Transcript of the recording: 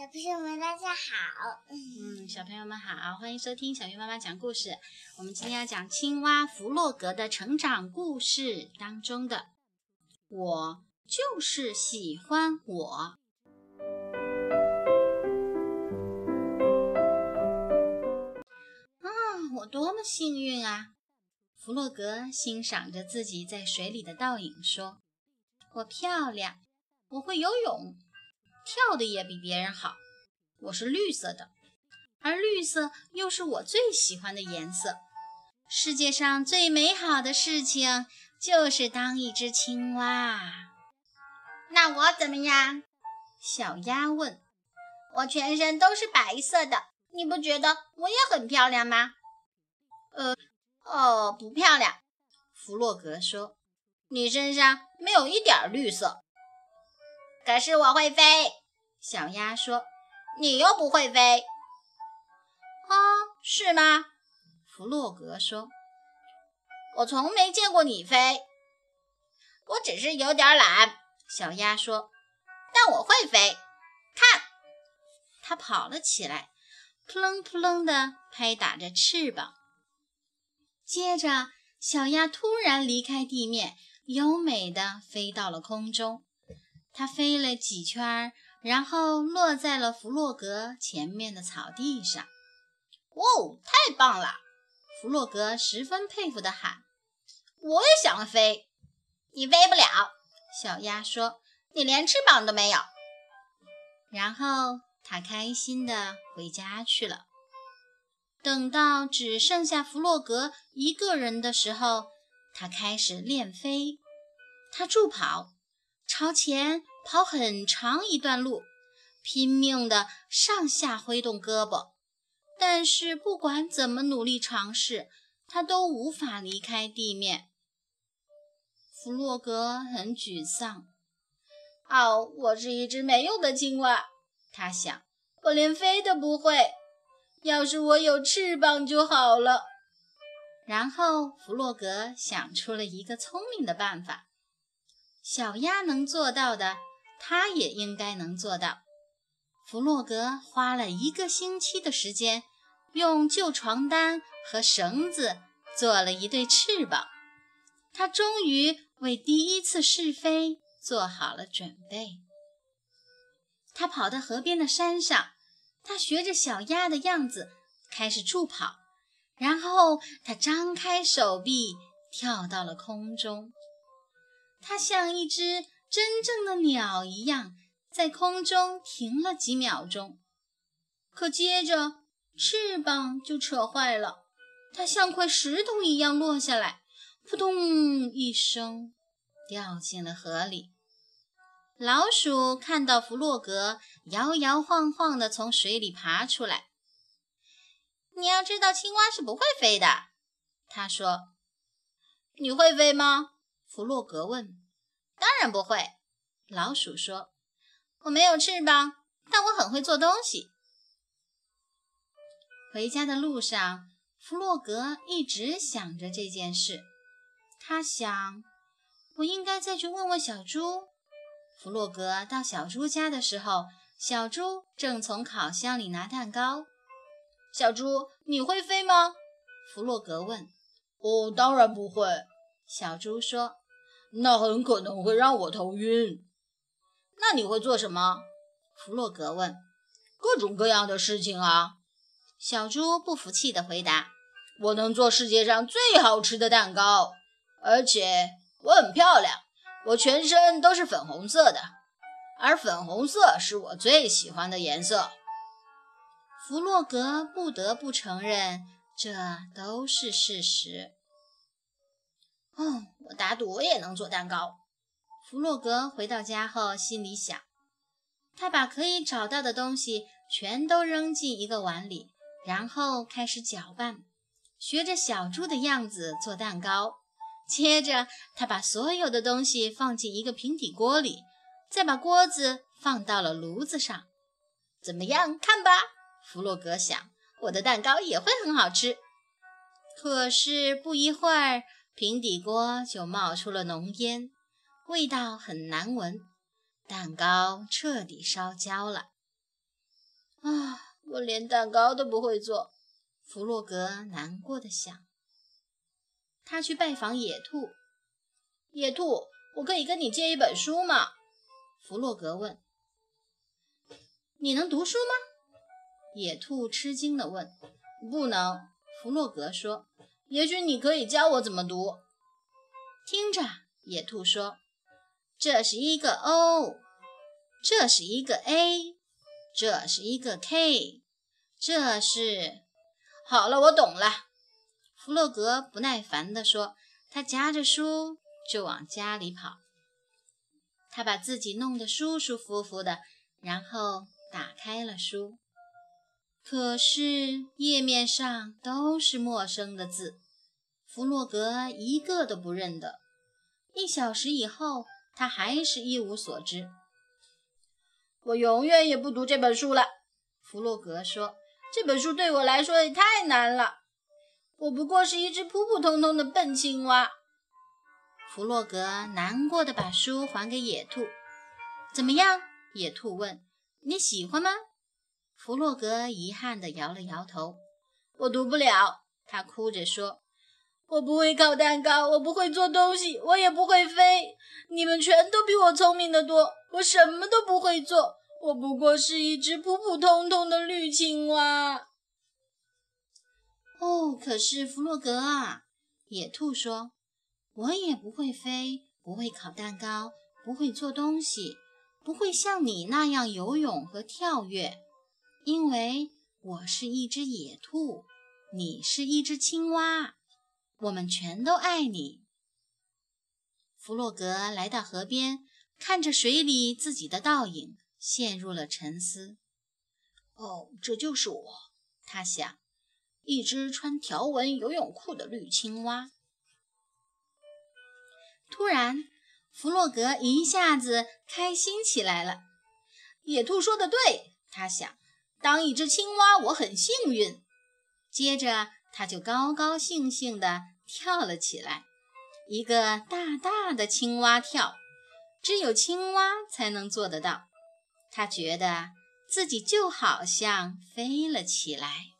朋友们大家好。 小朋友们好，欢迎收听小鱼妈妈讲故事。我们今天要讲青蛙弗洛格的成长故事当中的我就是喜欢我。我多么幸运啊！弗洛格欣赏着自己在水里的倒影说，我漂亮，我会游泳，跳得也比别人好，我是绿色的，而绿色又是我最喜欢的颜色。世界上最美好的事情就是当一只青蛙。 那我怎么样？ 小鸭问。 我全身都是白色的，你不觉得我也很漂亮吗？不漂亮， 弗洛格说， 你身上没有一点绿色。可是我会飞， 小鸭说， 你又不会飞。是吗？ 弗洛格说， 我从没见过你飞。我只是有点懒， 小鸭说， 但我会飞。看， 它跑了起来，扑棱扑棱地拍打着翅膀。接着，小鸭突然离开地面，优美地飞到了空中。它飞了几圈，然后落在了弗洛格前面的草地上。 太棒了！ 弗洛格十分佩服地喊。 我也想飞。你飞不了， 小鸭说， 你连翅膀都没有。 然后它开心地回家去了。等到只剩下弗洛格一个人的时候，他开始练飞。他助跑，朝前跑很长一段路，拼命地上下挥动胳膊。但是不管怎么努力尝试，他都无法离开地面。弗洛格很沮丧。 我是一只没用的青蛙， 他想， 我连飞都不会。要是我有翅膀就好了。 然后弗洛格想出了一个聪明的办法。小鸭能做到的，他也应该能做到。弗洛格花了1个星期的时间，用旧床单和绳子做了一对翅膀。他终于为第一次试飞做好了准备。他跑到河边的山上，他学着小鸭的样子开始助跑，然后他张开手臂跳到了空中。他像一只真正的鸟一样，在空中停了几秒钟。可接着翅膀就扯坏了，它像块石头一样落下来，扑通一声掉进了河里。老鼠看到弗洛格摇摇晃晃地从水里爬出来。 你要知道，青蛙是不会飞的， 他说。 你会飞吗？ 弗洛格问。 当然不会， 老鼠说。 我没有翅膀，但我很会做东西。 回家的路上，弗洛格一直想着这件事。他想，我应该再去问问小猪。弗洛格到小猪家的时候，小猪正从烤箱里拿蛋糕。 小猪，你会飞吗？ 弗洛格问。 当然不会， 小猪说。 那很可能会让我头晕。那你会做什么？ 弗洛格问。 各种各样的事情啊。 小猪不服气地回答。 我能做世界上最好吃的蛋糕，而且我很漂亮，我全身都是粉红色的，而粉红色是我最喜欢的颜色。 弗洛格不得不承认，这都是事实。 我打赌我也能做蛋糕。 弗洛格回到家后心里想，他把可以找到的东西全都扔进一个碗里，然后开始搅拌，学着小猪的样子做蛋糕。接着他把所有的东西放进一个平底锅里，再把锅子放到了炉子上。 怎么样，看吧， 弗洛格想，我的蛋糕也会很好吃。可是不一会儿，平底锅就冒出了浓烟，味道很难闻，蛋糕彻底烧焦了。 我连蛋糕都不会做。 弗洛格难过地想。他去拜访野兔。 野兔，我可以跟你借一本书吗？ 弗洛格问。你能读书吗？野兔吃惊地问。 不能， 弗洛格说。 也许你可以教我怎么读。 听着，野兔说，这是一个 O， 这是一个 A， 这是一个 K， 这是…… 好了，我懂了。 弗洛格不耐烦地说，他夹着书就往家里跑。他把自己弄得舒舒服服的，然后打开了书。可是页面上都是陌生的字，弗洛格一个都不认得。1小时以后，他还是一无所知。 我永远也不读这本书了，弗洛格说。这本书对我来说也太难了，我不过是一只普普通通的笨青蛙。 弗洛格难过地把书还给野兔。怎么样？野兔问。你喜欢吗？弗洛格遗憾地摇了摇头。 我读不了，他哭着说。我不会烤蛋糕，我不会做东西，我也不会飞。你们全都比我聪明得多，我什么都不会做，我不过是一只普普通通的绿青蛙。 可是弗洛格啊，野兔说，我也不会飞，不会烤蛋糕，不会做东西，不会像你那样游泳和跳跃，因为我是一只野兔，你是一只青蛙，我们全都爱你。弗洛格来到河边，看着水里自己的倒影，陷入了沉思。 这就是我， 他想，一只穿条纹游泳裤的绿青蛙。突然，弗洛格一下子开心起来了。 野兔说的对，他想，当一只青蛙我很幸运。 接着他就高高兴兴地跳了起来，一个大大的青蛙跳，只有青蛙才能做得到。他觉得自己就好像飞了起来。